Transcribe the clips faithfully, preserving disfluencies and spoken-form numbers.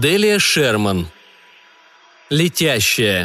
Делия Шерман. Летящая.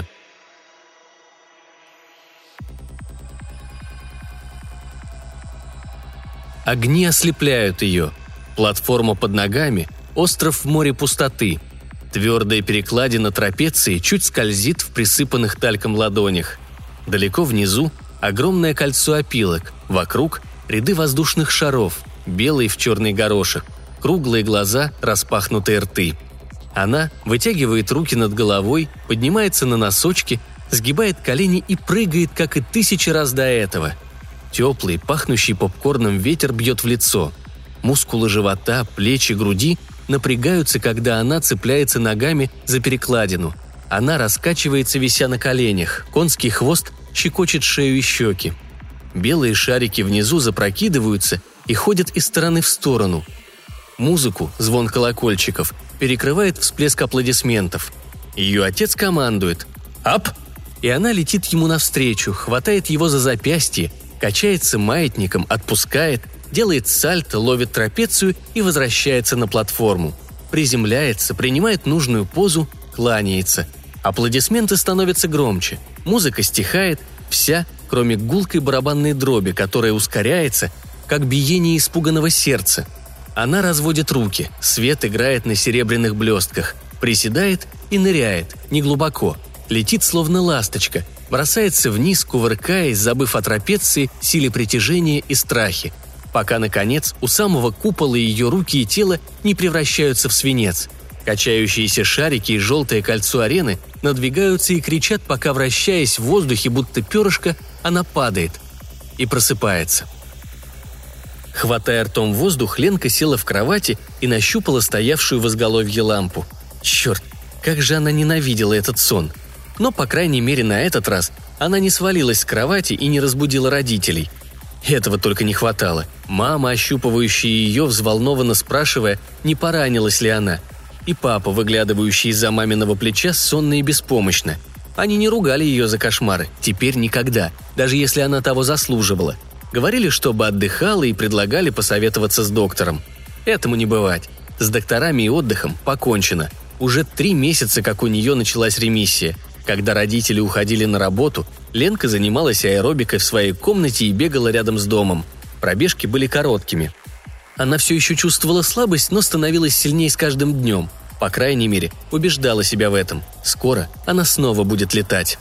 Огни ослепляют ее. Платформа под ногами, остров в море пустоты. Твердая перекладина трапеции чуть скользит в присыпанных тальком ладонях. Далеко внизу огромное кольцо опилок, вокруг ряды воздушных шаров, белые в черный горошек, круглые глаза, распахнутые рты. Она вытягивает руки над головой, поднимается на носочки, сгибает колени и прыгает, как и тысячи раз до этого. Теплый, пахнущий попкорном ветер бьет в лицо. Мускулы живота, плечи, груди напрягаются, когда она цепляется ногами за перекладину. Она раскачивается, вися на коленях, конский хвост щекочет шею и щеки. Белые шарики внизу запрокидываются и ходят из стороны в сторону. Музыку, звон колокольчиков, перекрывает всплеск аплодисментов. Ее отец командует «Ап!», и она летит ему навстречу, хватает его за запястье, качается маятником, отпускает, делает сальто, ловит трапецию и возвращается на платформу. Приземляется, принимает нужную позу, кланяется. Аплодисменты становятся громче, музыка стихает, вся, кроме гулкой барабанной дроби, которая ускоряется, как биение испуганного сердца. Она разводит руки, свет играет на серебряных блестках, приседает и ныряет, неглубоко, летит словно ласточка, бросается вниз, кувыркаясь, забыв о трапеции, силе притяжения и страхе, пока, наконец, у самого купола ее руки и тело не превращаются в свинец. Качающиеся шарики и желтое кольцо арены надвигаются и кричат, пока, вращаясь в воздухе, будто перышко, она падает и просыпается. Хватая ртом воздух, Ленка села в кровати и нащупала стоявшую в изголовье лампу. Черт, как же она ненавидела этот сон. Но, по крайней мере, на этот раз она не свалилась с кровати и не разбудила родителей. Этого только не хватало. Мама, ощупывающая ее, взволнованно спрашивая, не поранилась ли она. И папа, выглядывающий из-за маминого плеча, сонно и беспомощно. Они не ругали ее за кошмары, теперь никогда, даже если она того заслуживала. Говорили, чтобы отдыхала, и предлагали посоветоваться с доктором. Этому не бывать. С докторами и отдыхом покончено. Уже три месяца, как у нее началась ремиссия. Когда родители уходили на работу, Ленка занималась аэробикой в своей комнате и бегала рядом с домом. Пробежки были короткими. Она все еще чувствовала слабость, но становилась сильнее с каждым днем. По крайней мере, убеждала себя в этом. Скоро она снова будет летать.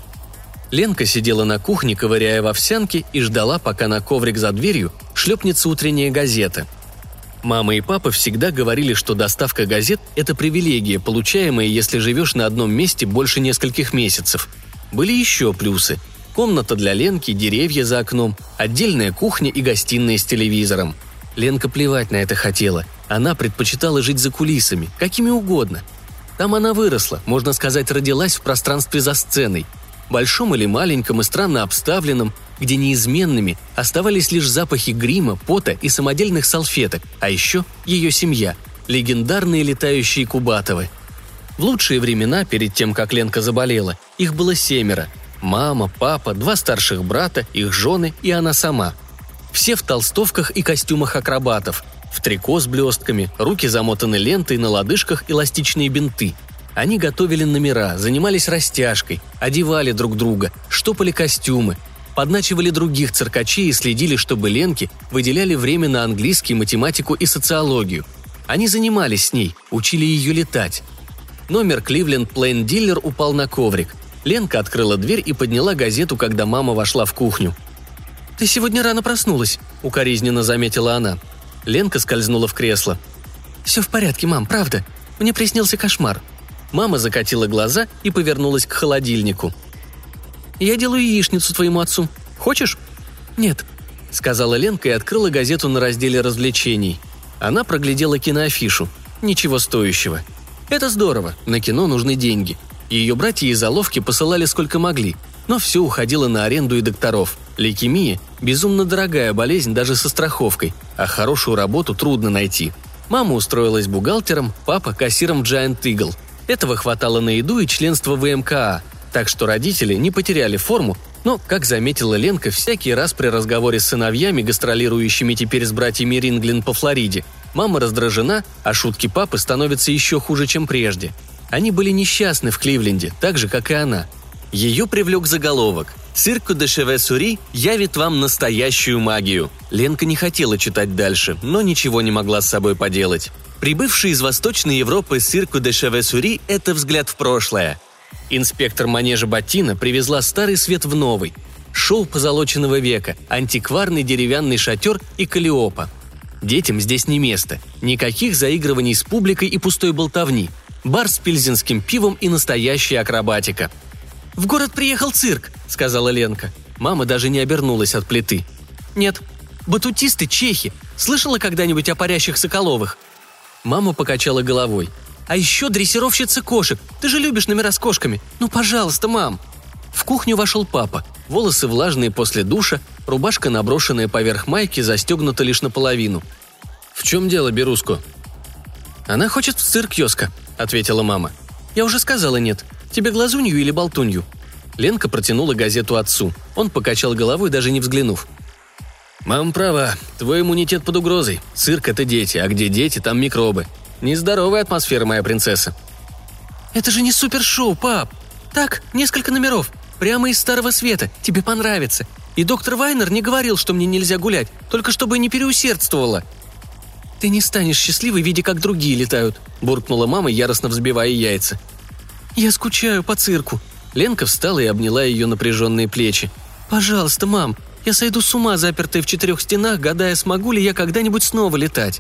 Ленка сидела на кухне, ковыряя в овсянке, и ждала, пока на коврик за дверью шлепнется утренняя газета. Мама и папа всегда говорили, что доставка газет – это привилегия, получаемая, если живешь на одном месте больше нескольких месяцев. Были еще плюсы. Комната для Ленки, деревья за окном, отдельная кухня и гостиная с телевизором. Ленка плевать на это хотела. Она предпочитала жить за кулисами, какими угодно. Там она выросла, можно сказать, родилась в пространстве за сценой. Большом или маленьком и странно обставленном, где неизменными оставались лишь запахи грима, пота и самодельных салфеток, а еще ее семья – легендарные летающие Кубатовы. В лучшие времена, перед тем, как Ленка заболела, их было семеро – мама, папа, два старших брата, их жены и она сама. Все в толстовках и костюмах акробатов, в трико с блестками, руки замотаны лентой, на лодыжках эластичные бинты. Они готовили номера, занимались растяжкой, одевали друг друга, штопали костюмы, подначивали других циркачей и следили, чтобы Ленке выделяли время на английский, математику и социологию. Они занимались с ней, учили ее летать. Номер «Кливленд Плейн Диллер» упал на коврик. Ленка открыла дверь и подняла газету, когда мама вошла в кухню. «Ты сегодня рано проснулась», — укоризненно заметила она. Ленка скользнула в кресло. «Все в порядке, мам, правда. Мне приснился кошмар». Мама закатила глаза и повернулась к холодильнику. «Я делаю яичницу твоему отцу. Хочешь?» «Нет», — сказала Ленка и открыла газету на разделе развлечений. Она проглядела киноафишу. Ничего стоящего. Это здорово, на кино нужны деньги. Ее братья из Оловки посылали сколько могли, но все уходило на аренду и докторов. Лейкемия – безумно дорогая болезнь даже со страховкой, а хорошую работу трудно найти. Мама устроилась бухгалтером, папа – кассиром в Giant Eagle. Этого хватало на еду и членство в эм ка а, так что родители не потеряли форму, но, как заметила Ленка, всякий раз при разговоре с сыновьями, гастролирующими теперь с братьями Ринглин по Флориде, Мама раздражена, а шутки папы становятся еще хуже, чем прежде. Они были несчастны в Кливленде, так же, как и она. Ее привлек заголовок «Цирк де Шеве-Сури явит вам настоящую магию». Ленка не хотела читать дальше, но ничего не могла с собой поделать. Прибывший из Восточной Европы цирк де Шеве-Сури – это взгляд в прошлое. Инспектор манежа Баттина привезла старый свет в новый. Шоу позолоченного века, антикварный деревянный шатер и Каллиопа. Детям здесь не место. Никаких заигрываний с публикой и пустой болтовни. Бар с пильзенским пивом и настоящая акробатика. «В город приехал цирк», — сказала Ленка. Мама даже не обернулась от плиты. «Нет. Батутисты чехи. Слышала когда-нибудь о парящих Соколовых?» Мама покачала головой. «А еще дрессировщица кошек. Ты же любишь номера с кошками. Ну, пожалуйста, мам». В кухню вошел папа. Волосы влажные после душа, рубашка, наброшенная поверх майки, застегнута лишь наполовину. «В чем дело, Беруско?» «Она хочет в цирк, Йоска», — ответила мама. «Я уже сказала нет. Тебе глазунью или болтунью?» Ленка протянула газету отцу. Он покачал головой, даже не взглянув. «Мама права. Твой иммунитет под угрозой. Цирк – это дети, а где дети, там микробы. Нездоровая атмосфера, моя принцесса». «Это же не супершоу, пап. Так, несколько номеров. Прямо из Старого Света. Тебе понравится. И доктор Вайнер не говорил, что мне нельзя гулять, только чтобы не переусердствовала». «Ты не станешь счастливой, видя, как другие летают», – буркнула мама, яростно взбивая яйца. «Я скучаю по цирку». Ленка встала и обняла ее напряженные плечи. «Пожалуйста, мам, я сойду с ума, запертая в четырех стенах, гадая, смогу ли я когда-нибудь снова летать».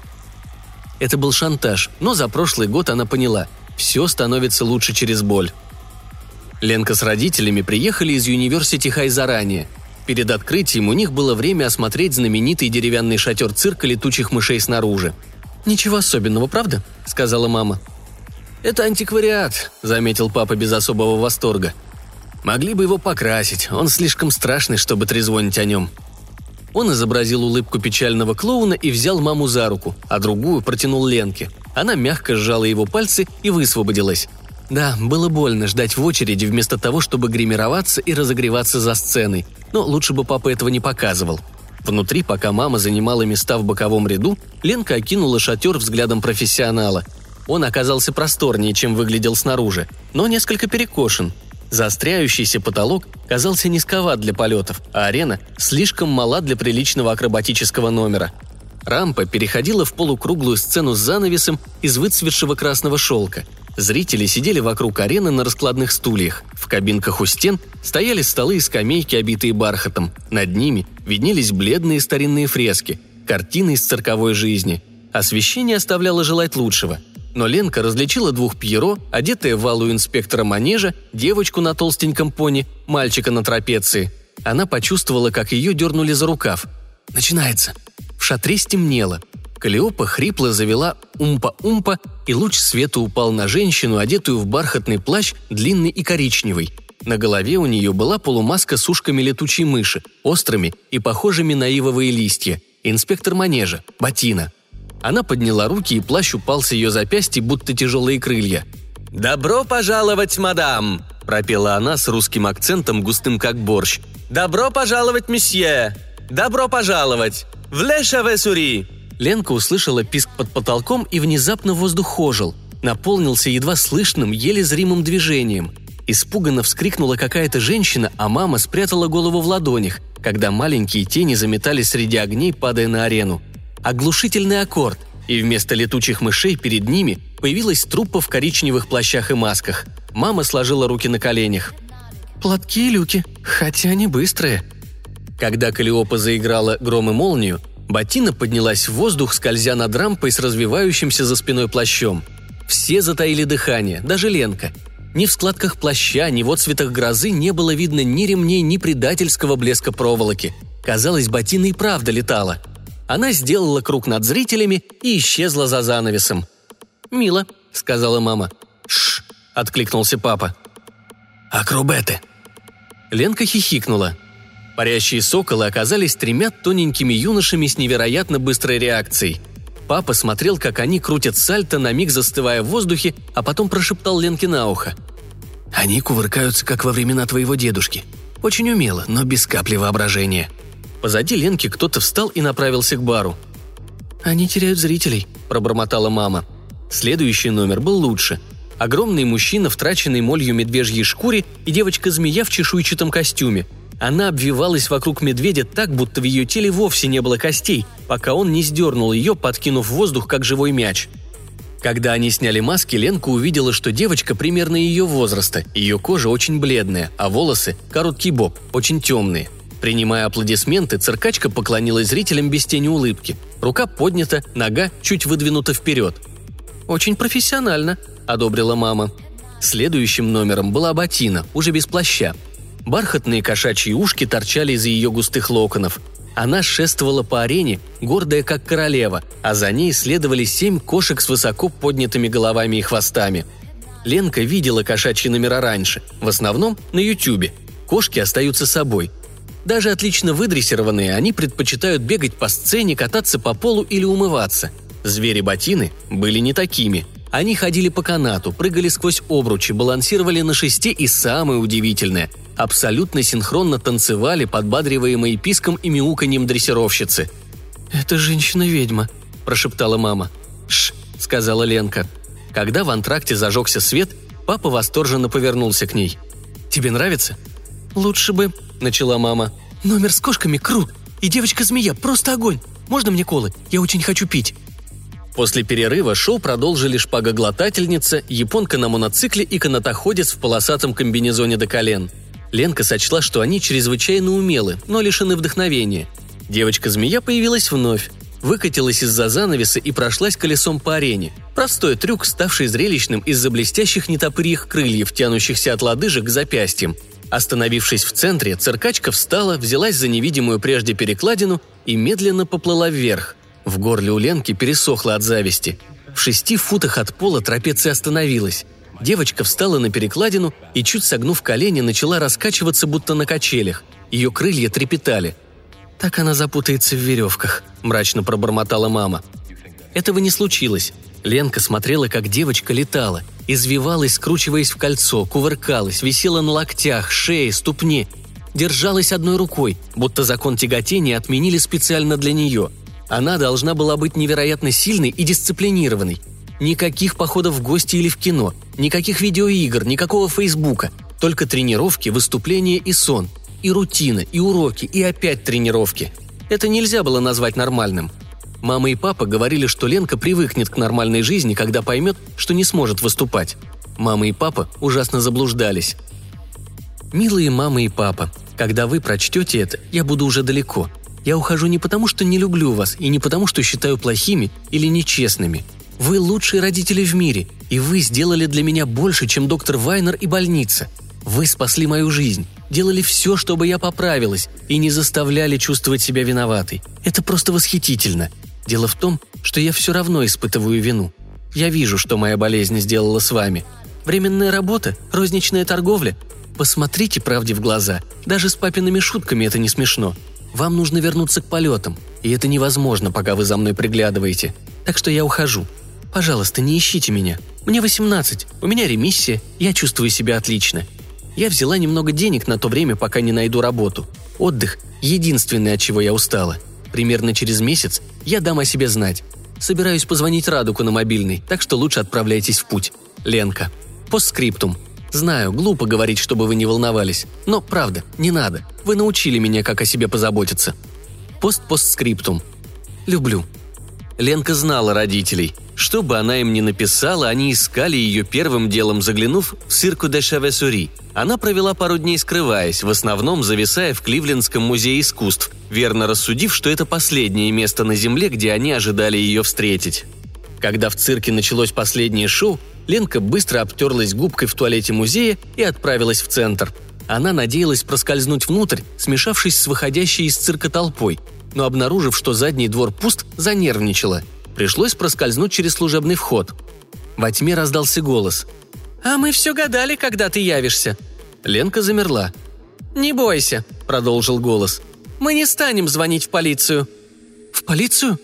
Это был шантаж, но за прошлый год она поняла – все становится лучше через боль. Ленка с родителями приехали из Юниверсити Хай заранее. Перед открытием у них было время осмотреть знаменитый деревянный шатер цирка летучих мышей снаружи. «Ничего особенного, правда?» – сказала мама. «Это антиквариат», – заметил папа без особого восторга. «Могли бы его покрасить, он слишком страшный, чтобы трезвонить о нем». Он изобразил улыбку печального клоуна и взял маму за руку, а другую протянул Ленке. Она мягко сжала его пальцы и высвободилась. Да, было больно ждать в очереди вместо того, чтобы гримироваться и разогреваться за сценой, но лучше бы папа этого не показывал. Внутри, пока мама занимала места в боковом ряду, Ленка окинула шатер взглядом профессионала. Он оказался просторнее, чем выглядел снаружи, но несколько перекошен. Заостряющийся потолок казался низковат для полетов, а арена слишком мала для приличного акробатического номера. Рампа переходила в полукруглую сцену с занавесом из выцветшего красного шелка. Зрители сидели вокруг арены на раскладных стульях. В кабинках у стен стояли столы и скамейки, обитые бархатом. Над ними виднелись бледные старинные фрески, картины из цирковой жизни. Освещение оставляло желать лучшего. Но Ленка различила двух пьеро, одетая в алую инспектора манежа, девочку на толстеньком пони, мальчика на трапеции. Она почувствовала, как ее дернули за рукав. «Начинается». В шатре стемнело. Каллиопа хрипло завела «умпа-умпа», и луч света упал на женщину, одетую в бархатный плащ, длинный и коричневый. На голове у нее была полумаска с ушками летучей мыши, острыми и похожими на ивовые листья. Инспектор манежа, Баттина. Она подняла руки, и плащ упал с ее запястья, будто тяжелые крылья. «Добро пожаловать, мадам!» – пропела она с русским акцентом, густым как борщ. «Добро пожаловать, месье! Добро пожаловать! В Ле Шеве-Сури!» Ленка услышала писк под потолком, и внезапно воздух ожил, наполнился едва слышным, еле зримым движением. Испуганно вскрикнула какая-то женщина, а мама спрятала голову в ладонях, когда маленькие тени заметались среди огней, падая на арену. Оглушительный аккорд, и вместо летучих мышей перед ними появилась труппа в коричневых плащах и масках. Мама сложила руки на коленях. «Платки и люки, хотя они быстрые». Когда Каллиопа заиграла «Гром и молнию», Баттина поднялась в воздух, скользя над рампой с развивающимся за спиной плащом. Все затаили дыхание, даже Ленка. Ни в складках плаща, ни в отцветах грозы не было видно ни ремней, ни предательского блеска проволоки. Казалось, Баттина и правда летала. Она сделала круг над зрителями и исчезла за занавесом. «Мило», — сказала мама. «Шш», — откликнулся папа. «Акробеты». Ленка хихикнула. Парящие соколы оказались тремя тоненькими юношами с невероятно быстрой реакцией. Папа смотрел, как они крутят сальто, на миг застывая в воздухе, а потом прошептал Ленке на ухо. «Они кувыркаются, как во времена твоего дедушки. Очень умело, но без капли воображения». Позади Ленки кто-то встал и направился к бару. «Они теряют зрителей», – пробормотала мама. Следующий номер был лучше. Огромный мужчина в траченной молью медвежьей шкуре и девочка-змея в чешуйчатом костюме. Она обвивалась вокруг медведя так, будто в ее теле вовсе не было костей, пока он не сдернул ее, подкинув в воздух, как живой мяч. Когда они сняли маски, Ленка увидела, что девочка примерно ее возраста, ее кожа очень бледная, а волосы – короткий боб, очень темные. Принимая аплодисменты, циркачка поклонилась зрителям без тени улыбки. Рука поднята, нога чуть выдвинута вперед. «Очень профессионально», – одобрила мама. Следующим номером была Ботина, уже без плаща. Бархатные кошачьи ушки торчали из ее густых локонов. Она шествовала по арене, гордая как королева, а за ней следовали семь кошек с высоко поднятыми головами и хвостами. Ленка видела кошачьи номера раньше, в основном на Ютубе. Кошки остаются собой. Даже отлично выдрессированные, они предпочитают бегать по сцене, кататься по полу или умываться. Звери-ботины были не такими. Они ходили по канату, прыгали сквозь обручи, балансировали на шесте и, самое удивительное, абсолютно синхронно танцевали, подбадриваемые писком и мяуканьем дрессировщицы. «Это женщина-ведьма», – прошептала мама. «Шш», – сказала Ленка. Когда в антракте зажегся свет, папа восторженно повернулся к ней. «Тебе нравится?» «Лучше бы», – начала мама. «Номер с кошками крут, и девочка-змея просто огонь. Можно мне колы? Я очень хочу пить». После перерыва шоу продолжили шпагоглотательница, японка на моноцикле и канатоходец в полосатом комбинезоне до колен. Ленка сочла, что они чрезвычайно умелы, но лишены вдохновения. Девочка-змея появилась вновь, выкатилась из-за занавеса и прошлась колесом по арене. Простой трюк, ставший зрелищным из-за блестящих нетопырьих крыльев, тянущихся от лодыжек к запястьям. Остановившись в центре, циркачка встала, взялась за невидимую прежде перекладину и медленно поплыла вверх. В горле у Ленки пересохло от зависти. В шести футах от пола трапеция остановилась. Девочка встала на перекладину и, чуть согнув колени, начала раскачиваться, будто на качелях. Ее крылья трепетали. «Так она запутается в веревках», – мрачно пробормотала мама. Этого не случилось. Ленка смотрела, как девочка летала, извивалась, скручиваясь в кольцо, кувыркалась, висела на локтях, шее, ступне. Держалась одной рукой, будто закон тяготения отменили специально для нее. Она должна была быть невероятно сильной и дисциплинированной. Никаких походов в гости или в кино, никаких видеоигр, никакого фейсбука, только тренировки, выступления и сон. И рутина, и уроки, и опять тренировки. Это нельзя было назвать нормальным. Мама и папа говорили, что Ленка привыкнет к нормальной жизни, когда поймет, что не сможет выступать. Мама и папа ужасно заблуждались. «Милые мама и папа, когда вы прочтете это, я буду уже далеко. Я ухожу не потому, что не люблю вас, и не потому, что считаю плохими или нечестными. Вы лучшие родители в мире, и вы сделали для меня больше, чем доктор Вайнер и больница. Вы спасли мою жизнь, делали все, чтобы я поправилась, и не заставляли чувствовать себя виноватой. Это просто восхитительно. Дело в том, что я все равно испытываю вину. Я вижу, что моя болезнь сделала с вами. Временная работа, розничная торговля. Посмотрите правде в глаза. Даже с папиными шутками это не смешно. Вам нужно вернуться к полетам, и это невозможно, пока вы за мной приглядываете. Так что я ухожу. Пожалуйста, не ищите меня. Мне восемнадцать, у меня ремиссия, я чувствую себя отлично. Я взяла немного денег на то время, пока не найду работу. Отдых – единственное, от чего я устала. Примерно через месяц я дам о себе знать. Собираюсь позвонить Радуку на мобильный, так что лучше отправляйтесь в путь. Ленка. Постскриптум. Знаю, глупо говорить, чтобы вы не волновались. Но, правда, не надо. Вы научили меня, как о себе позаботиться. Пост-постскриптум. Люблю. Ленка знала родителей. Что бы она им ни написала, они искали ее первым делом, заглянув в Cirque de Chauve-souris. Она провела пару дней скрываясь, в основном зависая в Кливлендском музее искусств, верно рассудив, что это последнее место на Земле, где они ожидали ее встретить. Когда в цирке началось последнее шоу, Ленка быстро обтерлась губкой в туалете музея и отправилась в центр. Она надеялась проскользнуть внутрь, смешавшись с выходящей из цирка толпой, но, обнаружив, что задний двор пуст, занервничала. Пришлось проскользнуть через служебный вход. Во тьме раздался голос. «А мы все гадали, когда ты явишься». Ленка замерла. «Не бойся», — продолжил голос. «Мы не станем звонить в полицию». «В полицию?»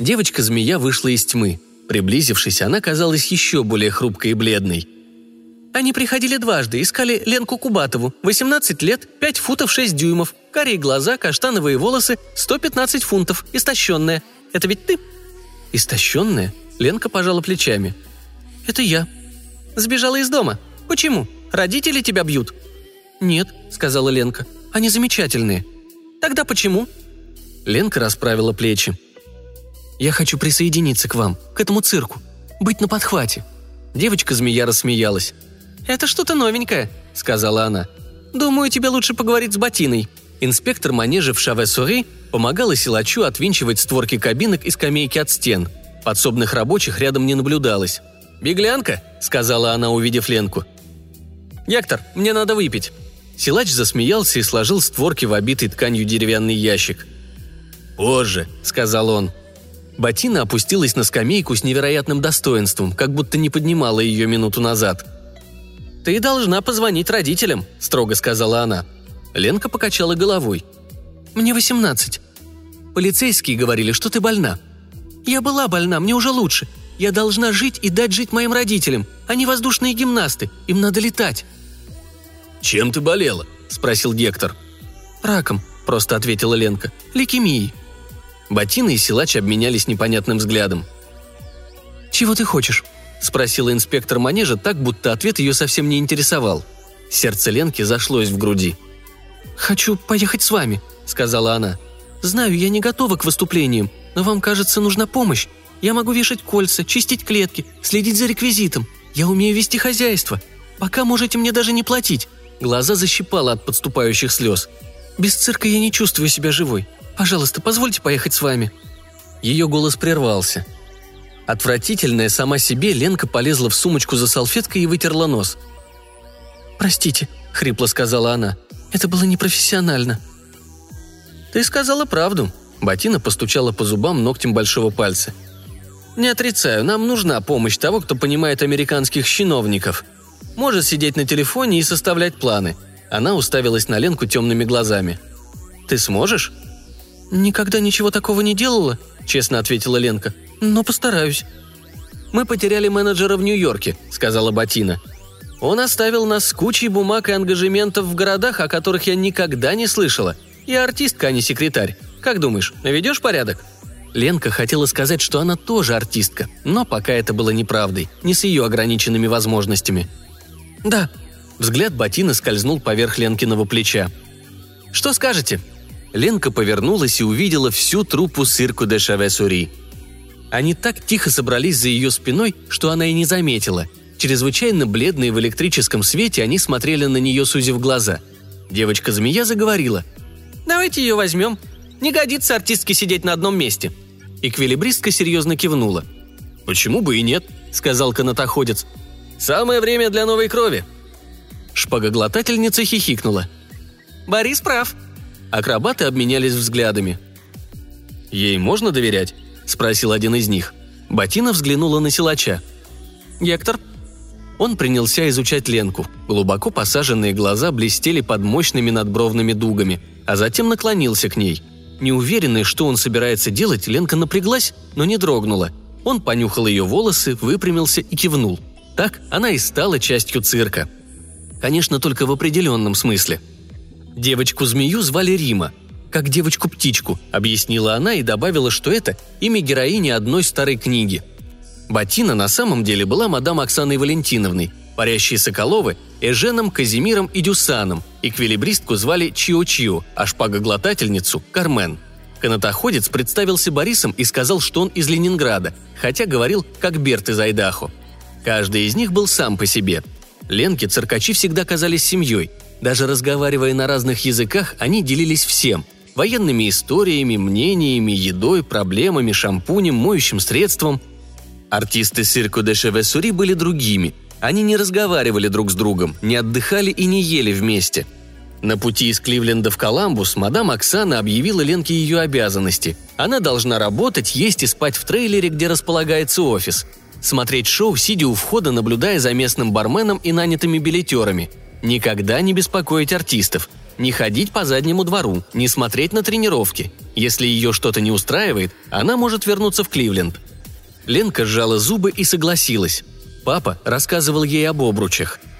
Девочка-змея вышла из тьмы. Приблизившись, она казалась еще более хрупкой и бледной. Они приходили дважды, искали Ленку Кубатову, восемнадцать лет, пять футов шесть дюймов, карие глаза, каштановые волосы, сто пятнадцать фунтов, истощенная. Это ведь ты?» «Истощенная?» Ленка пожала плечами. «Это я». «Сбежала из дома? Почему? Родители тебя бьют?» «Нет», — сказала Ленка, — «они замечательные». «Тогда почему?» Ленка расправила плечи. «Я хочу присоединиться к вам, к этому цирку, быть на подхвате». Девочка-змея рассмеялась. «Это что-то новенькое», — сказала она. «Думаю, тебе лучше поговорить с Ботиной». Инспектор манежа в Шаве-Сури помогал силачу отвинчивать створки кабинок и скамейки от стен. Подсобных рабочих рядом не наблюдалось. «Беглянка», — сказала она, увидев Ленку. «Гектор, мне надо выпить». Силач засмеялся и сложил створки в обитый тканью деревянный ящик. «Позже», — сказал он. Ботина опустилась на скамейку с невероятным достоинством, как будто не поднимала ее минуту назад. «Ты должна позвонить родителям», — строго сказала она. Ленка покачала головой. «Мне восемнадцать. Полицейские говорили, что ты больна». «Я была больна, мне уже лучше. Я должна жить и дать жить моим родителям. Они воздушные гимнасты, им надо летать». «Чем ты болела?» – спросил Гектор. «Раком», – просто ответила Ленка. «Лейкемией». Ботина и силач обменялись непонятным взглядом. «Чего ты хочешь?» – спросила инспектор манежа так, будто ответ ее совсем не интересовал. Сердце Ленки зашлось в груди. «Хочу поехать с вами», – сказала она. «Знаю, я не готова к выступлениям, но вам, кажется, нужна помощь. Я могу вешать кольца, чистить клетки, следить за реквизитом. Я умею вести хозяйство. Пока можете мне даже не платить». Глаза защипало от подступающих слез. «Без цирка я не чувствую себя живой. Пожалуйста, позвольте поехать с вами». Ее голос прервался. Отвратительная сама себе, Ленка полезла в сумочку за салфеткой и вытерла нос. «Простите», — хрипло сказала она, — «это было непрофессионально». «Ты сказала правду», — Ботина постучала по зубам ногтем большого пальца. «Не отрицаю, нам нужна помощь того, кто понимает американских чиновников. Может сидеть на телефоне и составлять планы». Она уставилась на Ленку темными глазами. «Ты сможешь?» «Никогда ничего такого не делала», — честно ответила Ленка. «Но постараюсь». «Мы потеряли менеджера в Нью-Йорке», — сказала Ботина. «Он оставил нас с кучей бумаг и ангажементов в городах, о которых я никогда не слышала. Я артистка, а не секретарь. Как думаешь, наведешь порядок?» Ленка хотела сказать, что она тоже артистка, но пока это было неправдой, не с ее ограниченными возможностями. «Да». Взгляд Ботины скользнул поверх Ленкиного плеча. «Что скажете?» Ленка повернулась и увидела всю труппу Cirque du Chauve-Souris. Они так тихо собрались за ее спиной, что она и не заметила. Чрезвычайно бледные в электрическом свете, они смотрели на нее, сузив глаза. Девочка-змея заговорила. «Давайте ее возьмем. Не годится артистке сидеть на одном месте». Эквилибристка серьезно кивнула. «Почему бы и нет?» – сказал канатоходец. «Самое время для новой крови». Шпагоглотательница хихикнула. «Борис прав». Акробаты обменялись взглядами. «Ей можно доверять?» – спросил один из них. Ботина взглянула на силача. «Гектор». Он принялся изучать Ленку. Глубоко посаженные глаза блестели под мощными надбровными дугами, а затем наклонился к ней. Неуверенная, что он собирается делать, Ленка напряглась, но не дрогнула. Он понюхал ее волосы, выпрямился и кивнул. Так она и стала частью цирка. Конечно, только в определенном смысле. Девочку-змею звали Рима, как девочку-птичку, объяснила она и добавила, что это имя героини одной старой книги. Ботина на самом деле была мадам Оксаной Валентиновной, парящие Соколовы – Эженом, Казимиром и Дюсаном, эквилибристку звали Чио-Чио, а шпагоглотательницу – Кармен. Канатоходец представился Борисом и сказал, что он из Ленинграда, хотя говорил, как Берт из Айдахо. Каждый из них был сам по себе. Ленке циркачи всегда казались семьей. Даже разговаривая на разных языках, они делились всем – военными историями, мнениями, едой, проблемами, шампунем, моющим средством. Артисты Cirque du Chauve-Souris были другими. Они не разговаривали друг с другом, не отдыхали и не ели вместе. На пути из Кливленда в Коламбус мадам Оксана объявила Ленке ее обязанности. Она должна работать, есть и спать в трейлере, где располагается офис. Смотреть шоу, сидя у входа, наблюдая за местным барменом и нанятыми билетерами. Никогда не беспокоить артистов. Не ходить по заднему двору, не смотреть на тренировки. Если ее что-то не устраивает, она может вернуться в Кливленд. Ленка сжала зубы и согласилась. Папа рассказывал ей об обручах.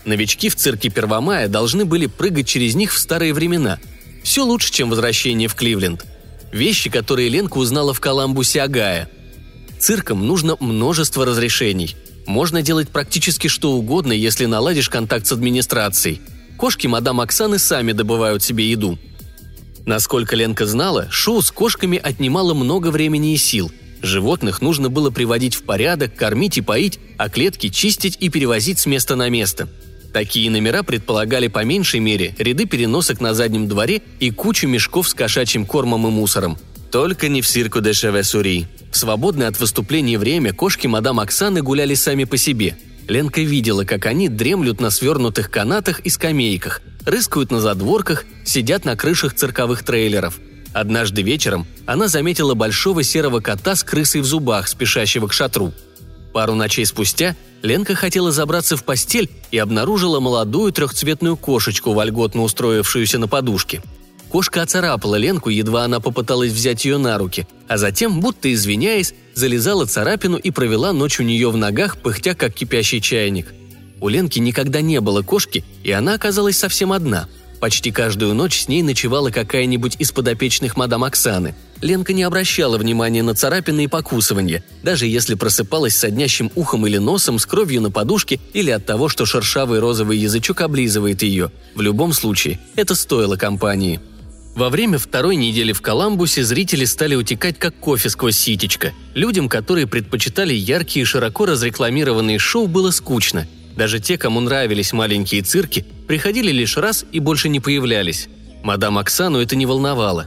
Новички в цирке Первомая должны были прыгать через них в старые времена. Все лучше, чем возвращение в Кливленд. Вещи, которые Ленка узнала в Коламбусе Огайо. Циркам нужно множество разрешений. Можно делать практически что угодно, если наладишь контакт с администрацией. Кошки мадам Оксаны сами добывают себе еду. Насколько Ленка знала, шоу с кошками отнимало много времени и сил. Животных нужно было приводить в порядок, кормить и поить, а клетки чистить и перевозить с места на место. Такие номера предполагали по меньшей мере ряды переносок на заднем дворе и кучу мешков с кошачьим кормом и мусором. Только не в Cirque du Chauve-souris. В свободное от выступлений время кошки мадам Оксаны гуляли сами по себе. Ленка видела, как они дремлют на свернутых канатах и скамейках, рыскают на задворках, сидят на крышах цирковых трейлеров. Однажды вечером она заметила большого серого кота с крысой в зубах, спешащего к шатру. Пару ночей спустя Ленка хотела забраться в постель и обнаружила молодую трехцветную кошечку, вольготно устроившуюся на подушке. Кошка оцарапала Ленку, едва она попыталась взять ее на руки, а затем, будто извиняясь, залезала царапину и провела ночь у нее в ногах, пыхтя как кипящий чайник. У Ленки никогда не было кошки, и она оказалась совсем одна. Почти каждую ночь с ней ночевала какая-нибудь из подопечных мадам Оксаны. Ленка не обращала внимания на царапины и покусывания, даже если просыпалась с соднящим ухом или носом, с кровью на подушке или от того, что шершавый розовый язычок облизывает ее. В любом случае, это стоило компании. Во время второй недели в Коламбусе зрители стали утекать как кофе сквозь ситечко. Людям, которые предпочитали яркие и широко разрекламированные шоу, было скучно. Даже те, кому нравились маленькие цирки, приходили лишь раз и больше не появлялись. Мадам Оксану это не волновало.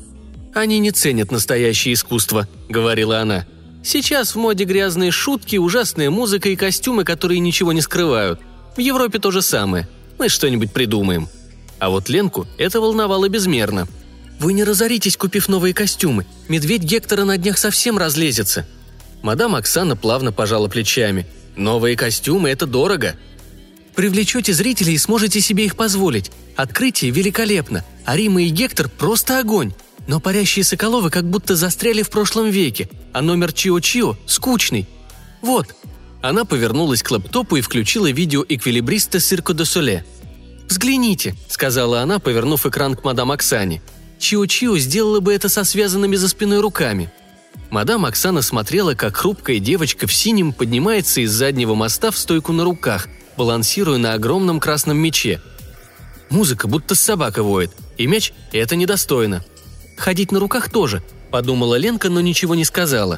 «Они не ценят настоящее искусство», — говорила она. «Сейчас в моде грязные шутки, ужасная музыка и костюмы, которые ничего не скрывают. В Европе то же самое. Мы что-нибудь придумаем». А вот Ленку это волновало безмерно. «Вы не разоритесь, купив новые костюмы. Медведь Гектора на днях совсем разлезется». Мадам Оксана плавно пожала плечами. «Новые костюмы – это дорого». «Привлечете зрителей и сможете себе их позволить. Открытие великолепно, а Рима и Гектор – просто огонь. Но парящие соколовы как будто застряли в прошлом веке, а номер Чио-Чио скучный. Вот». Она повернулась к лэптопу и включила видео эквилибриста Cirque du Soleil. «Взгляните», – сказала она, повернув экран к мадам Оксане. «Чио-Чио сделала бы это со связанными за спиной руками». Мадам Оксана смотрела, как хрупкая девочка в синем поднимается из заднего моста в стойку на руках, балансируя на огромном красном мяче. Музыка будто собака воет, и мяч – это недостойно. «Ходить на руках тоже», – подумала Ленка, но ничего не сказала.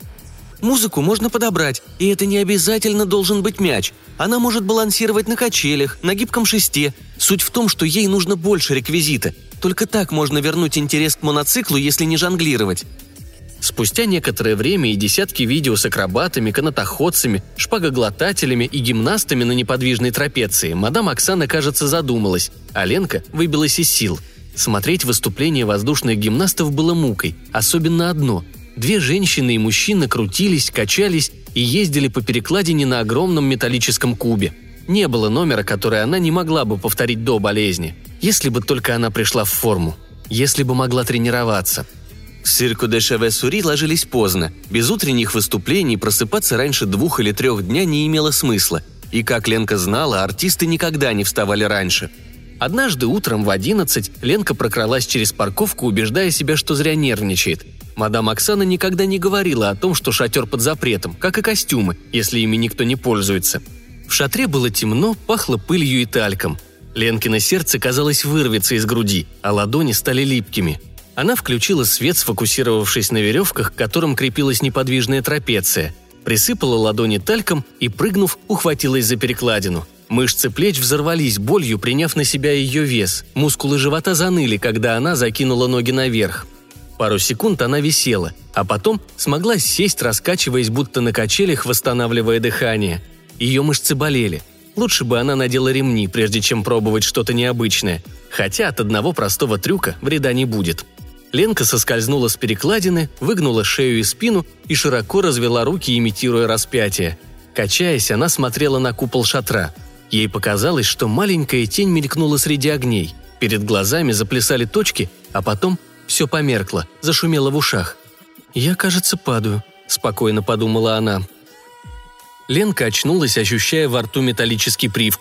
«Музыку можно подобрать, и это не обязательно должен быть мяч. Она может балансировать на качелях, на гибком шесте. Суть в том, что ей нужно больше реквизита. Только так можно вернуть интерес к моноциклу, если не жонглировать». Спустя некоторое время и десятки видео с акробатами, канатоходцами, шпагоглотателями и гимнастами на неподвижной трапеции мадам Оксана, кажется, задумалась, а Ленка выбилась из сил. Смотреть выступления воздушных гимнастов было мукой, особенно одно. Две женщины и мужчина крутились, качались и ездили по перекладине на огромном металлическом кубе. Не было номера, который она не могла бы повторить до болезни. Если бы только она пришла в форму. Если бы могла тренироваться. В Cirque du Chauve-souris ложились поздно. Без утренних выступлений просыпаться раньше двух или трех дня не имело смысла. И, как Ленка знала, артисты никогда не вставали раньше. Однажды утром в одиннадцать Ленка прокралась через парковку, убеждая себя, что зря нервничает. Мадам Оксана никогда не говорила о том, что шатер под запретом, как и костюмы, если ими никто не пользуется. В шатре было темно, пахло пылью и тальком. Ленкино сердце, казалось, вырвется из груди, а ладони стали липкими. Она включила свет, сфокусировавшись на веревках, к которым крепилась неподвижная трапеция, присыпала ладони тальком и, прыгнув, ухватилась за перекладину. Мышцы плеч взорвались болью, приняв на себя ее вес. Мускулы живота заныли, когда она закинула ноги наверх. Пару секунд она висела, а потом смогла сесть, раскачиваясь, будто на качелях, восстанавливая дыхание. Ее мышцы болели. Лучше бы она надела ремни, прежде чем пробовать что-то необычное. Хотя от одного простого трюка вреда не будет. Ленка соскользнула с перекладины, выгнула шею и спину и широко развела руки, имитируя распятие. Качаясь, она смотрела на купол шатра. Ей показалось, что маленькая тень мелькнула среди огней. Перед глазами заплясали точки, а потом все померкло, зашумело в ушах. «Я, кажется, падаю», – спокойно подумала она. Ленка очнулась, ощущая во рту металлический привкус.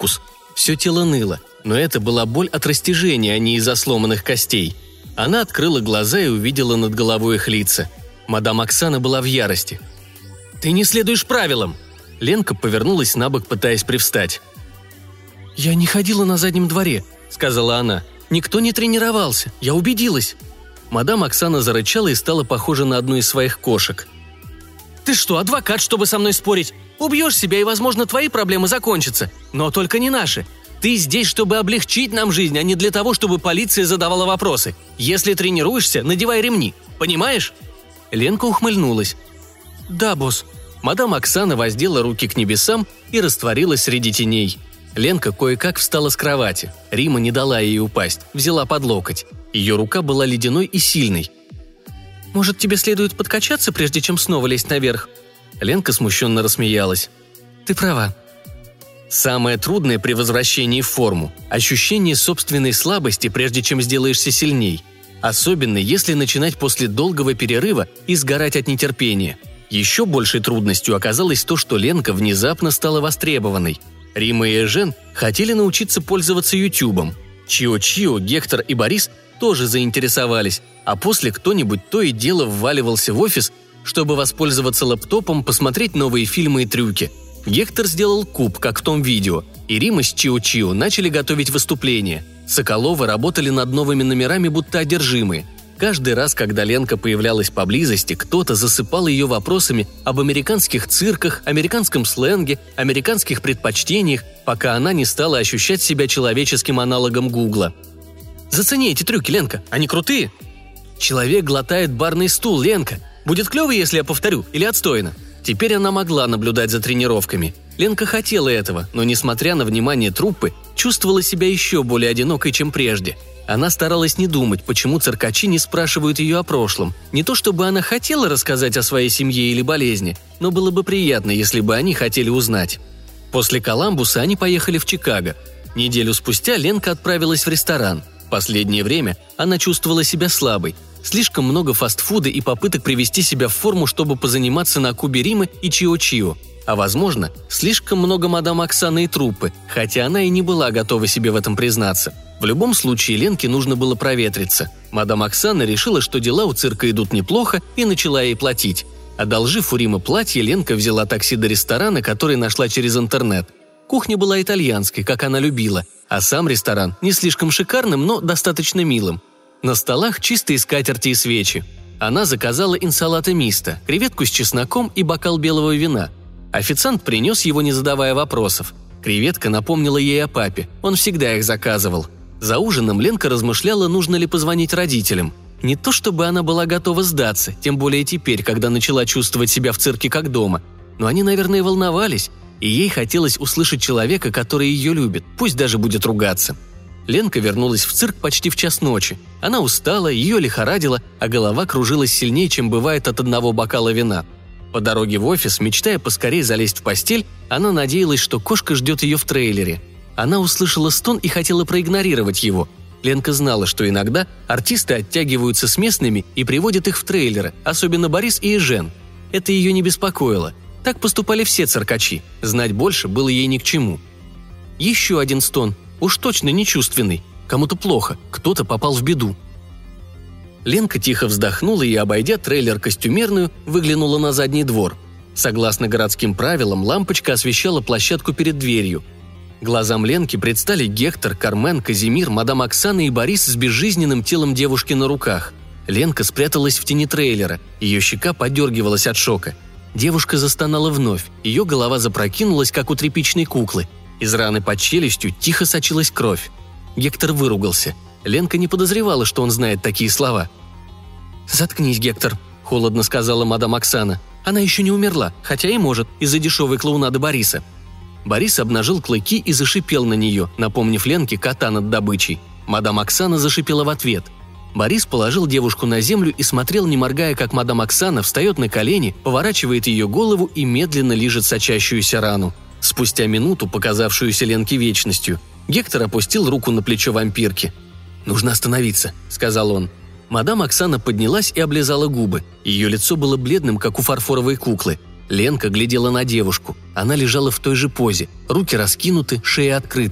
Все тело ныло, но это была боль от растяжения, а не из-за сломанных костей. Она открыла глаза и увидела над головой их лица. Мадам Оксана была в ярости. «Ты не следуешь правилам!» Ленка повернулась на бок, пытаясь привстать. «Я не ходила на заднем дворе», — сказала она. «Никто не тренировался, я убедилась». Мадам Оксана зарычала и стала похожа на одну из своих кошек. «Ты что, адвокат, чтобы со мной спорить? Убьешь себя, и, возможно, твои проблемы закончатся. Но только не наши. Ты здесь, чтобы облегчить нам жизнь, а не для того, чтобы полиция задавала вопросы. Если тренируешься, надевай ремни. Понимаешь?» Ленка ухмыльнулась. «Да, босс». Мадам Оксана воздела руки к небесам и растворилась среди теней. Ленка кое-как встала с кровати. Рима не дала ей упасть, взяла под локоть. Ее рука была ледяной и сильной. «Может, тебе следует подкачаться, прежде чем снова лезть наверх?» Ленка смущенно рассмеялась. «Ты права». Самое трудное при возвращении в форму – ощущение собственной слабости, прежде чем сделаешься сильней. Особенно, если начинать после долгого перерыва и сгорать от нетерпения. Еще большей трудностью оказалось то, что Ленка внезапно стала востребованной. Рима и Эжен хотели научиться пользоваться Ютубом. Чио-Чио, Гектор и Борис тоже заинтересовались, а после кто-нибудь то и дело вваливался в офис, чтобы воспользоваться лэптопом, посмотреть новые фильмы и трюки. Гектор сделал куб, как в том видео, и Рима с Чио-Чио начали готовить выступления. Соколовы работали над новыми номерами, будто одержимые. Каждый раз, когда Ленка появлялась поблизости, кто-то засыпал ее вопросами об американских цирках, американском сленге, американских предпочтениях, пока она не стала ощущать себя человеческим аналогом Гугла. «Зацени эти трюки, Ленка, они крутые!» «Человек глотает барный стул, Ленка. Будет клево, если я повторю, или отстойно?» Теперь она могла наблюдать за тренировками. Ленка хотела этого, но, несмотря на внимание труппы, чувствовала себя еще более одинокой, чем прежде. Она старалась не думать, почему циркачи не спрашивают ее о прошлом. Не то чтобы она хотела рассказать о своей семье или болезни, но было бы приятно, если бы они хотели узнать. После Коламбуса они поехали в Чикаго. Неделю спустя Ленка отправилась в ресторан. В последнее время она чувствовала себя слабой. Слишком много фастфуда и попыток привести себя в форму, чтобы позаниматься на кубе Римы и Чио-Чио. А возможно, слишком много мадам Оксаны и труппы, хотя она и не была готова себе в этом признаться. В любом случае Ленке нужно было проветриться. Мадам Оксана решила, что дела у цирка идут неплохо, и начала ей платить. Одолжив у Римы платье, Ленка взяла такси до ресторана, который нашла через интернет. Кухня была итальянской, как она любила, а сам ресторан не слишком шикарным, но достаточно милым. На столах чистые скатерти и свечи. Она заказала инсалато мисто, креветку с чесноком и бокал белого вина. Официант принес его, не задавая вопросов. Креветка напомнила ей о папе, он всегда их заказывал. За ужином Ленка размышляла, нужно ли позвонить родителям. Не то чтобы она была готова сдаться, тем более теперь, когда начала чувствовать себя в цирке как дома. Но они, наверное, волновались, и ей хотелось услышать человека, который ее любит, пусть даже будет ругаться. Ленка вернулась в цирк почти в час ночи. Она устала, ее лихорадило, а голова кружилась сильнее, чем бывает от одного бокала вина. По дороге в офис, мечтая поскорее залезть в постель, она надеялась, что кошка ждет ее в трейлере. Она услышала стон и хотела проигнорировать его. Ленка знала, что иногда артисты оттягиваются с местными и приводят их в трейлеры, особенно Борис и Эжен. Это ее не беспокоило. Так поступали все циркачи. Знать больше было ей ни к чему. Еще один стон. Уж точно нечувственный. Кому-то плохо, кто-то попал в беду. Ленка тихо вздохнула и, обойдя трейлер-костюмерную, выглянула на задний двор. Согласно городским правилам, лампочка освещала площадку перед дверью. Глазам Ленки предстали Гектор, Кармен, Казимир, мадам Оксана и Борис с безжизненным телом девушки на руках. Ленка спряталась в тени трейлера, ее щека подергивалась от шока. Девушка застонала вновь, ее голова запрокинулась, как у тряпичной куклы. Из раны под челюстью тихо сочилась кровь. Гектор выругался. Ленка не подозревала, что он знает такие слова. «Заткнись, Гектор», – холодно сказала мадам Оксана. «Она еще не умерла, хотя и может, из-за дешевой клоунады Бориса». Борис обнажил клыки и зашипел на нее, напомнив Ленке кота над добычей. Мадам Оксана зашипела в ответ. Борис положил девушку на землю и смотрел, не моргая, как мадам Оксана встает на колени, поворачивает ее голову и медленно лижет сочащуюся рану. Спустя минуту, показавшуюся Ленке вечностью, Гектор опустил руку на плечо вампирки. «Нужно остановиться», — сказал он. Мадам Оксана поднялась и облизала губы. Ее лицо было бледным, как у фарфоровой куклы. Ленка глядела на девушку. Она лежала в той же позе, руки раскинуты, шея открыта.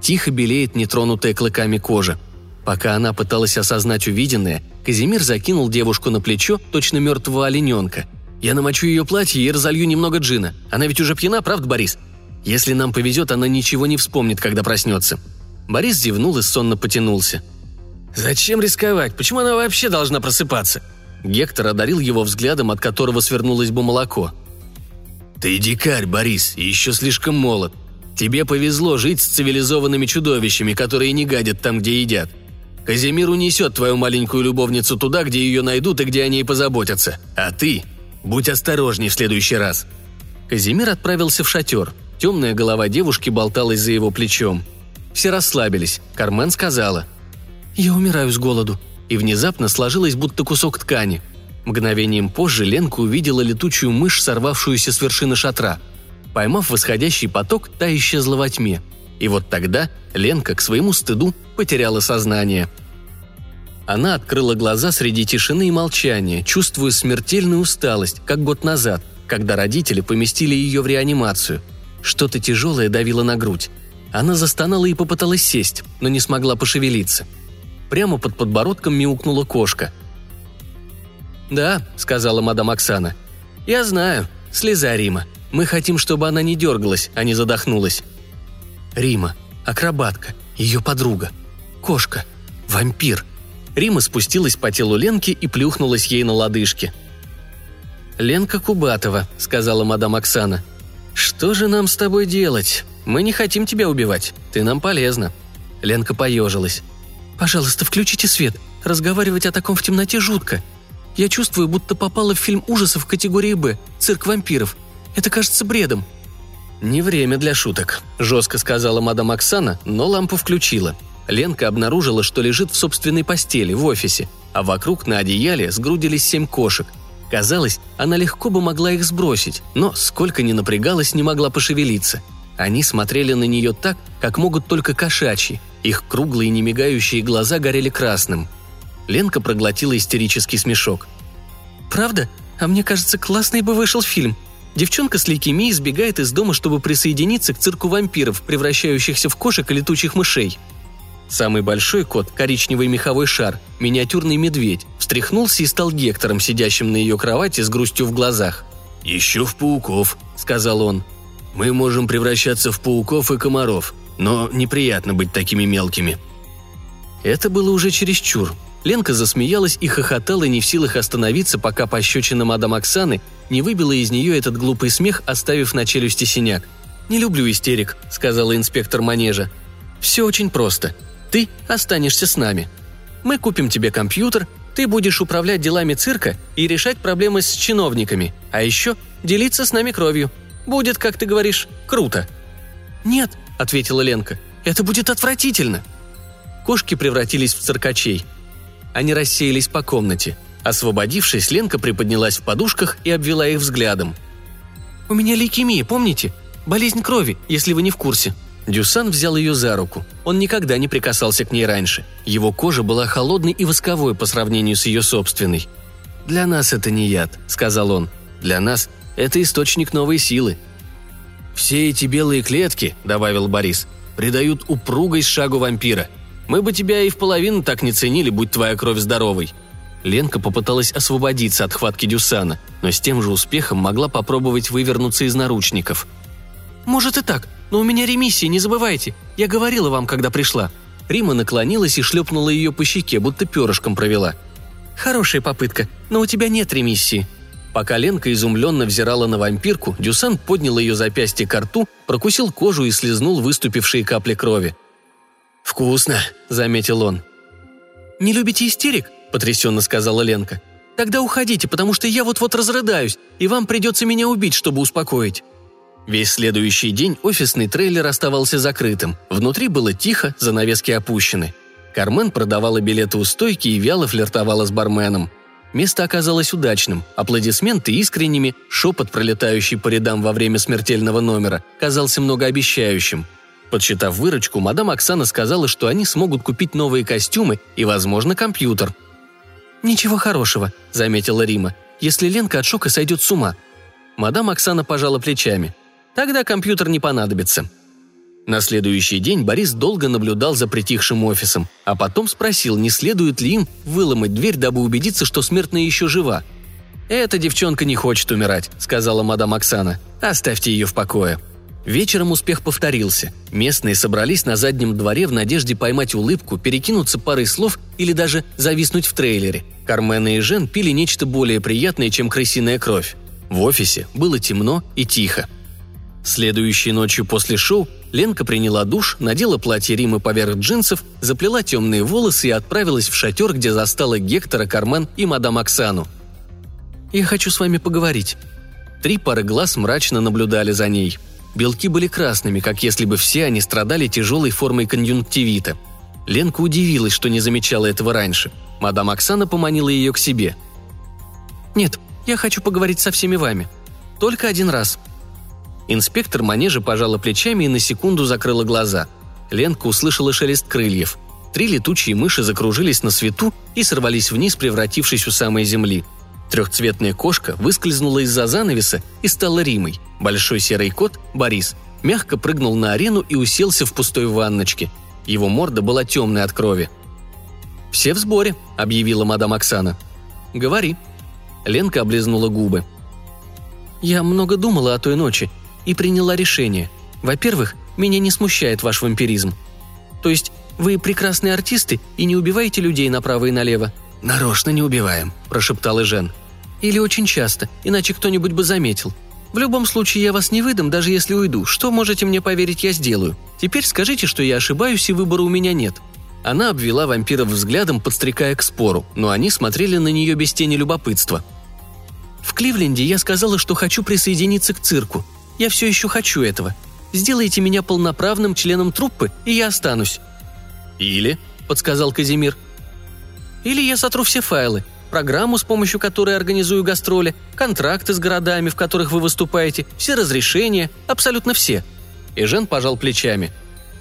Тихо белеет нетронутая клыками кожа. Пока она пыталась осознать увиденное, Казимир закинул девушку на плечо, точно мертвого олененка. «Я намочу ее платье и разолью немного джина. Она ведь уже пьяна, правда, Борис? Если нам повезет, она ничего не вспомнит, когда проснется». Борис зевнул и сонно потянулся. «Зачем рисковать? Почему она вообще должна просыпаться?» Гектор одарил его взглядом, от которого свернулось бы молоко. «Ты дикарь, Борис, и еще слишком молод. Тебе повезло жить с цивилизованными чудовищами, которые не гадят там, где едят. Казимир унесет твою маленькую любовницу туда, где ее найдут и где о ней позаботятся. А ты будь осторожней в следующий раз». Казимир отправился в шатер. Темная голова девушки болталась за его плечом. Все расслабились. Кармен сказала: «Я умираю с голоду», и внезапно сложилась будто кусок ткани. Мгновением позже Ленка увидела летучую мышь, сорвавшуюся с вершины шатра. Поймав восходящий поток, та исчезла во тьме. И вот тогда Ленка, к своему стыду, потеряла сознание. Она открыла глаза среди тишины и молчания, чувствуя смертельную усталость, как год назад, когда родители поместили ее в реанимацию. Что-то тяжелое давило на грудь. Она застонала и попыталась сесть, но не смогла пошевелиться. Прямо под подбородком мяукнула кошка. «Да», — сказала мадам Оксана. «Я знаю. Слеза, Рима. Мы хотим, чтобы она не дергалась, а не задохнулась». Рима, акробатка, ее подруга, кошка, вампир. Рима спустилась по телу Ленки и плюхнулась ей на лодыжки. «Ленка Кубатова», — сказала мадам Оксана. «Что же нам с тобой делать? Мы не хотим тебя убивать. Ты нам полезна». Ленка поежилась. «Пожалуйста, включите свет. Разговаривать о таком в темноте жутко. Я чувствую, будто попала в фильм ужасов категории «Б» «Цирк вампиров». Это кажется бредом». «Не время для шуток», – жестко сказала мадам Оксана, но лампу включила. Ленка обнаружила, что лежит в собственной постели, в офисе, а вокруг на одеяле сгрудились семь кошек. Казалось, она легко бы могла их сбросить, но, сколько ни напрягалась, не могла пошевелиться. Они смотрели на нее так, как могут только кошачьи. Их круглые немигающие глаза горели красным. Ленка проглотила истерический смешок. «Правда? А мне кажется, классный бы вышел фильм. Девчонка с лейкемией сбегает из дома, чтобы присоединиться к цирку вампиров, превращающихся в кошек и летучих мышей». Самый большой кот, коричневый меховой шар, миниатюрный медведь, встряхнулся и стал Гектором, сидящим на ее кровати с грустью в глазах. «Еще в пауков», — сказал он. «Мы можем превращаться в пауков и комаров, но неприятно быть такими мелкими». Это было уже чересчур. Ленка засмеялась и хохотала, не в силах остановиться, пока пощечина мадам Оксаны не выбила из нее этот глупый смех, оставив на челюсти синяк. «Не люблю истерик», — сказала инспектор манежа. «Все очень просто. Ты останешься с нами. Мы купим тебе компьютер, ты будешь управлять делами цирка и решать проблемы с чиновниками, а еще делиться с нами кровью. Будет, как ты говоришь, круто». «Нет», — ответила Ленка, — «это будет отвратительно». Кошки превратились в циркачей. Они рассеялись по комнате. Освободившись, Ленка приподнялась в подушках и обвела их взглядом. «У меня лейкемия, помните? Болезнь крови, если вы не в курсе». Дюсан взял ее за руку. Он никогда не прикасался к ней раньше. Его кожа была холодной и восковой по сравнению с ее собственной. «Для нас это не яд», — сказал он. «Для нас это источник новой силы». «Все эти белые клетки», — добавил Борис, — «придают упругость шагу вампира. Мы бы тебя и в половину так не ценили, будь твоя кровь здоровой». Ленка попыталась освободиться от хватки Дюсана, но с тем же успехом могла попробовать вывернуться из наручников. «Может и так, но у меня ремиссия, не забывайте. Я говорила вам, когда пришла». Рима наклонилась и шлепнула ее по щеке, будто перышком провела. «Хорошая попытка, но у тебя нет ремиссии». Пока Ленка изумленно взирала на вампирку, Дюсан поднял ее запястье ко рту, прокусил кожу и слезнул выступившие капли крови. «Вкусно», — заметил он. «Не любите истерик?» — потрясенно сказала Ленка. «Тогда уходите, потому что я вот-вот разрыдаюсь, и вам придется меня убить, чтобы успокоить». Весь следующий день офисный трейлер оставался закрытым. Внутри было тихо, занавески опущены. Кармен продавала билеты у стойки и вяло флиртовала с барменом. Место оказалось удачным, аплодисменты искренними, шепот, пролетающий по рядам во время смертельного номера, казался многообещающим. Подсчитав выручку, мадам Оксана сказала, что они смогут купить новые костюмы и, возможно, компьютер. «Ничего хорошего», — заметила Рима, — «если Ленка от шока сойдет с ума». Мадам Оксана пожала плечами. «Тогда компьютер не понадобится». На следующий день Борис долго наблюдал за притихшим офисом, а потом спросил, не следует ли им выломать дверь, дабы убедиться, что смертная еще жива. «Эта девчонка не хочет умирать», — сказала мадам Оксана. «Оставьте ее в покое». Вечером успех повторился. Местные собрались на заднем дворе в надежде поймать улыбку, перекинуться парой слов или даже зависнуть в трейлере. Кармен и Жен пили нечто более приятное, чем крысиная кровь. В офисе было темно и тихо. Следующей ночью после шоу Ленка приняла душ, надела платье Римы поверх джинсов, заплела темные волосы и отправилась в шатер, где застала Гектора, Кармен и мадам Оксану. «Я хочу с вами поговорить». Три пары глаз мрачно наблюдали за ней. Белки были красными, как если бы все они страдали тяжелой формой конъюнктивита. Ленка удивилась, что не замечала этого раньше. Мадам Оксана поманила ее к себе. «Нет, я хочу поговорить со всеми вами. Только один раз». Инспектор манежа пожала плечами и на секунду закрыла глаза. Ленка услышала шелест крыльев. Три летучие мыши закружились на свету и сорвались вниз, превратившись у самой земли. Трехцветная кошка выскользнула из-за занавеса и стала Римой. Большой серый кот, Борис, мягко прыгнул на арену и уселся в пустой ванночке. Его морда была темной от крови. «Все в сборе», — объявила мадам Оксана. «Говори». Ленка облизнула губы. «Я много думала о той ночи и приняла решение. Во-первых, меня не смущает ваш вампиризм. То есть вы прекрасные артисты и не убиваете людей направо и налево?» «Нарочно не убиваем», – прошептал Жен. «Или очень часто, иначе кто-нибудь бы заметил. В любом случае я вас не выдам, даже если уйду. Что можете мне поверить, я сделаю. Теперь скажите, что я ошибаюсь и выбора у меня нет». Она обвела вампиров взглядом, подстрекая к спору, но они смотрели на нее без тени любопытства. «В Кливленде я сказала, что хочу присоединиться к цирку. Я все еще хочу этого. Сделайте меня полноправным членом труппы, и я останусь». «Или», – подсказал Казимир. «Или я сотру все файлы, программу, с помощью которой организую гастроли, контракты с городами, в которых вы выступаете, все разрешения, абсолютно все». И Жен пожал плечами.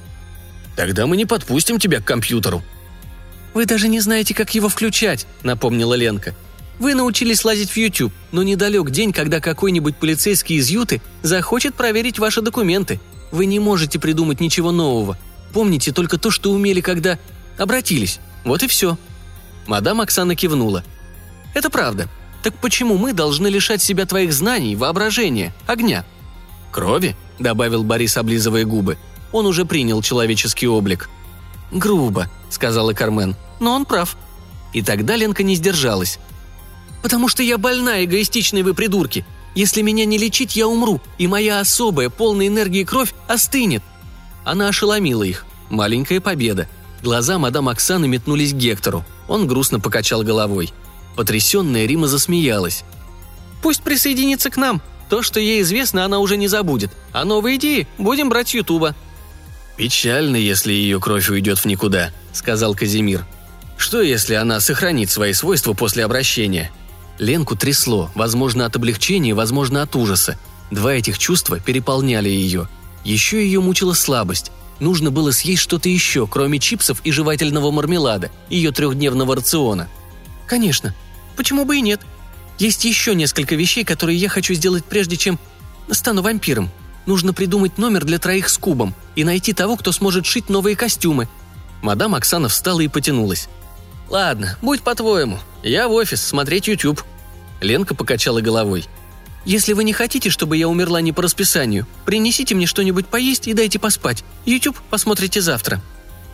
«Тогда мы не подпустим тебя к компьютеру». «Вы даже не знаете, как его включать», — напомнила Ленка. «Вы научились лазить в YouTube, но недалек день, когда какой-нибудь полицейский из Юты захочет проверить ваши документы. Вы не можете придумать ничего нового. Помните только то, что умели, когда обратились. Вот и все». Мадам Оксана кивнула. «Это правда. Так почему мы должны лишать себя твоих знаний, воображения, огня?» «Крови?» – добавил Борис, облизывая губы. Он уже принял человеческий облик. «Грубо», – сказала Кармен, – «но он прав». И тогда Ленка не сдержалась. «Потому что я больна, эгоистичные вы придурки. Если меня не лечить, я умру, и моя особая, полная энергии кровь остынет». Она ошеломила их. Маленькая победа. Глаза мадам Оксаны метнулись к Гектору. Он грустно покачал головой. Потрясенная Рима засмеялась. «Пусть присоединится к нам. То, что ей известно, она уже не забудет. А новые идеи будем брать с Ютуба». «Печально, если ее кровь уйдет в никуда», — сказал Казимир. «Что, если она сохранит свои свойства после обращения?» Ленку трясло, возможно, от облегчения, возможно, от ужаса. Два этих чувства переполняли ее. Еще ее мучила слабость. Нужно было съесть что-то еще, кроме чипсов и жевательного мармелада, ее трехдневного рациона. «Конечно. Почему бы и нет? Есть еще несколько вещей, которые я хочу сделать прежде, чем стану вампиром. Нужно придумать номер для троих с кубом и найти того, кто сможет шить новые костюмы». Мадам Оксана встала и потянулась. «Ладно, будь по-твоему. Я в офис, смотреть YouTube». Ленка покачала головой. «Если вы не хотите, чтобы я умерла не по расписанию, принесите мне что-нибудь поесть и дайте поспать. YouTube посмотрите завтра».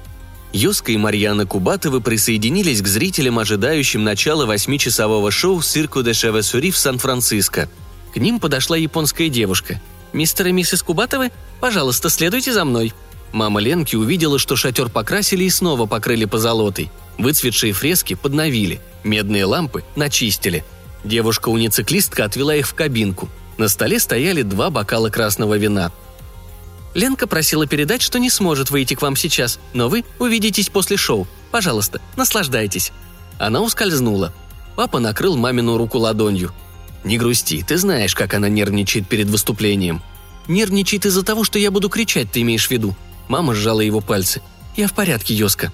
Йоска и Марьяна Кубатовы присоединились к зрителям, ожидающим начала восьмичасового шоу «Цирко де Шевесури» в Сан-Франциско. К ним подошла японская девушка. «Мистер и миссис Кубатовы, пожалуйста, следуйте за мной». Мама Ленки увидела, что шатер покрасили и снова покрыли позолотой. Выцветшие фрески подновили, медные лампы начистили. Девушка-унициклистка отвела их в кабинку. На столе стояли два бокала красного вина. «Ленка просила передать, что не сможет выйти к вам сейчас, но вы увидитесь после шоу. Пожалуйста, наслаждайтесь». Она ускользнула. Папа накрыл мамину руку ладонью. «Не грусти, ты знаешь, как она нервничает перед выступлением». «Нервничает из-за того, что я буду кричать, ты имеешь в виду?» Мама сжала его пальцы. «Я в порядке, Йоска».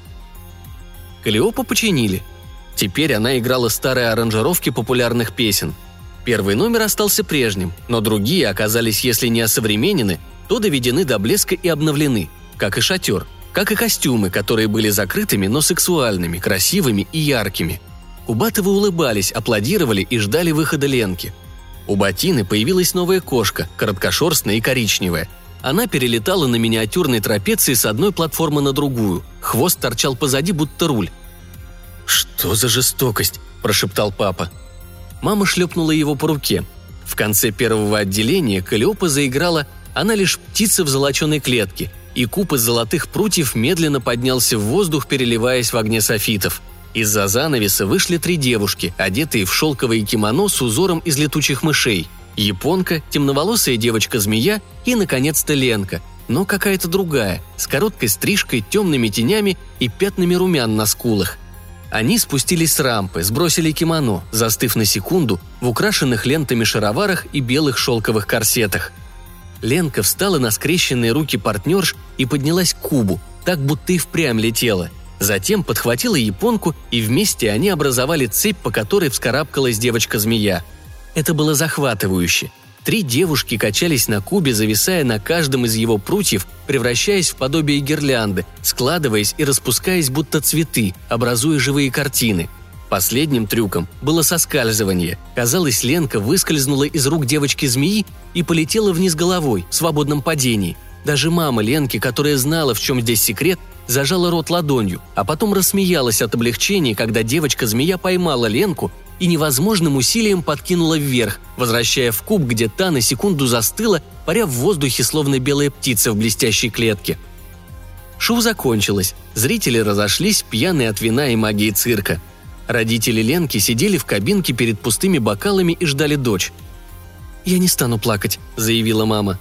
Каллиопу починили. Теперь она играла старые аранжировки популярных песен. Первый номер остался прежним, но другие оказались, если не осовременены, то доведены до блеска и обновлены, как и шатер, как и костюмы, которые были закрытыми, но сексуальными, красивыми и яркими. Кубатовы улыбались, аплодировали и ждали выхода Ленки. У Ботины появилась новая кошка, короткошерстная и коричневая. Она перелетала на миниатюрной трапеции с одной платформы на другую. Хвост торчал позади, будто руль. «Что за жестокость?» – прошептал папа. Мама шлепнула его по руке. В конце первого отделения Каллиопа заиграла «Она лишь птица в золоченой клетке», и куб из золотых прутьев медленно поднялся в воздух, переливаясь в огне софитов. Из-за занавеса вышли три девушки, одетые в шелковое кимоно с узором из летучих мышей. Японка, темноволосая девочка-змея и, наконец-то, Ленка, но какая-то другая, с короткой стрижкой, темными тенями и пятнами румян на скулах. Они спустились с рампы, сбросили кимоно, застыв на секунду в украшенных лентами шароварах и белых шелковых корсетах. Ленка встала на скрещенные руки партнерш и поднялась к кубу, так будто и впрямь летела. Затем подхватила японку, и вместе они образовали цепь, по которой вскарабкалась девочка-змея. Это было захватывающе. Три девушки качались на кубе, зависая на каждом из его прутьев, превращаясь в подобие гирлянды, складываясь и распускаясь, будто цветы, образуя живые картины. Последним трюком было соскальзывание. Казалось, Ленка выскользнула из рук девочки-змеи и полетела вниз головой в свободном падении. Даже мама Ленки, которая знала, в чем здесь секрет, зажала рот ладонью, а потом рассмеялась от облегчения, когда девочка-змея поймала Ленку и невозможным усилием подкинула вверх, возвращая в куб, где та на секунду застыла, паря в воздухе, словно белая птица в блестящей клетке. Шоу закончилось, зрители разошлись, пьяные от вина и магии цирка. Родители Ленки сидели в кабинке перед пустыми бокалами и ждали дочь. «Я не стану плакать», — заявила мама.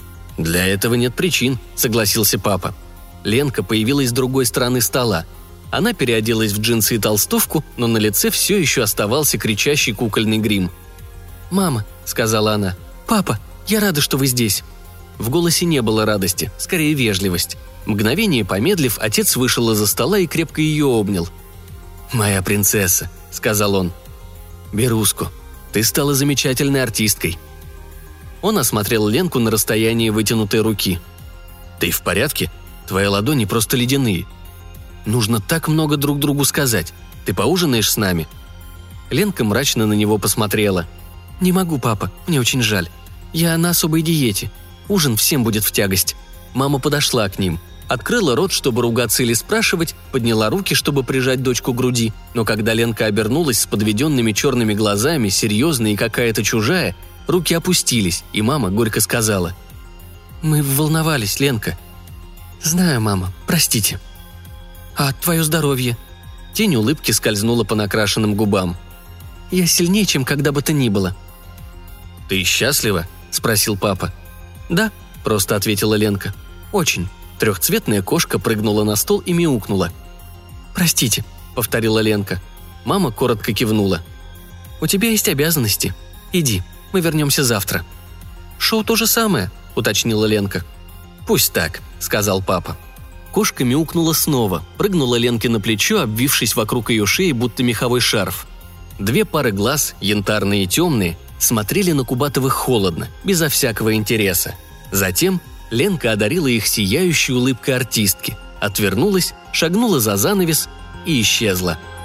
«Для этого нет причин», — согласился папа. Ленка появилась с другой стороны стола. Она переоделась в джинсы и толстовку, но на лице все еще оставался кричащий кукольный грим. «Мама», — сказала она, — «папа, я рада, что вы здесь». В голосе не было радости, скорее вежливость. Мгновение помедлив, отец вышел из-за стола и крепко ее обнял. «Моя принцесса», — сказал он. «Беруску, ты стала замечательной артисткой». Он осмотрел Ленку на расстоянии вытянутой руки. «Ты в порядке? Твои ладони просто ледяные. Нужно так много друг другу сказать. Ты поужинаешь с нами?» Ленка мрачно на него посмотрела. «Не могу, папа, мне очень жаль. Я на особой диете. Ужин всем будет в тягость». Мама подошла к ним. Открыла рот, чтобы ругаться или спрашивать, подняла руки, чтобы прижать дочку к груди, но когда Ленка обернулась с подведенными черными глазами, серьезная и какая-то чужая, руки опустились, и мама горько сказала: «Мы волновались, Ленка». «Знаю, мама, простите». «А твое здоровье?» Тень улыбки скользнула по накрашенным губам. «Я сильнее, чем когда бы то ни было». «Ты счастлива?» – спросил папа. «Да», – просто ответила Ленка. «Очень». Трехцветная кошка прыгнула на стол и мяукнула. «Простите», — повторила Ленка. Мама коротко кивнула. «У тебя есть обязанности. Иди, мы вернемся завтра». «Шоу то же самое», — уточнила Ленка. «Пусть так», — сказал папа. Кошка мяукнула снова, прыгнула Ленке на плечо, обвившись вокруг ее шеи, будто меховой шарф. Две пары глаз, янтарные и темные, смотрели на Кубатовых холодно, безо всякого интереса. Затем Ленка одарила их сияющей улыбкой артистки, отвернулась, шагнула за занавес и исчезла.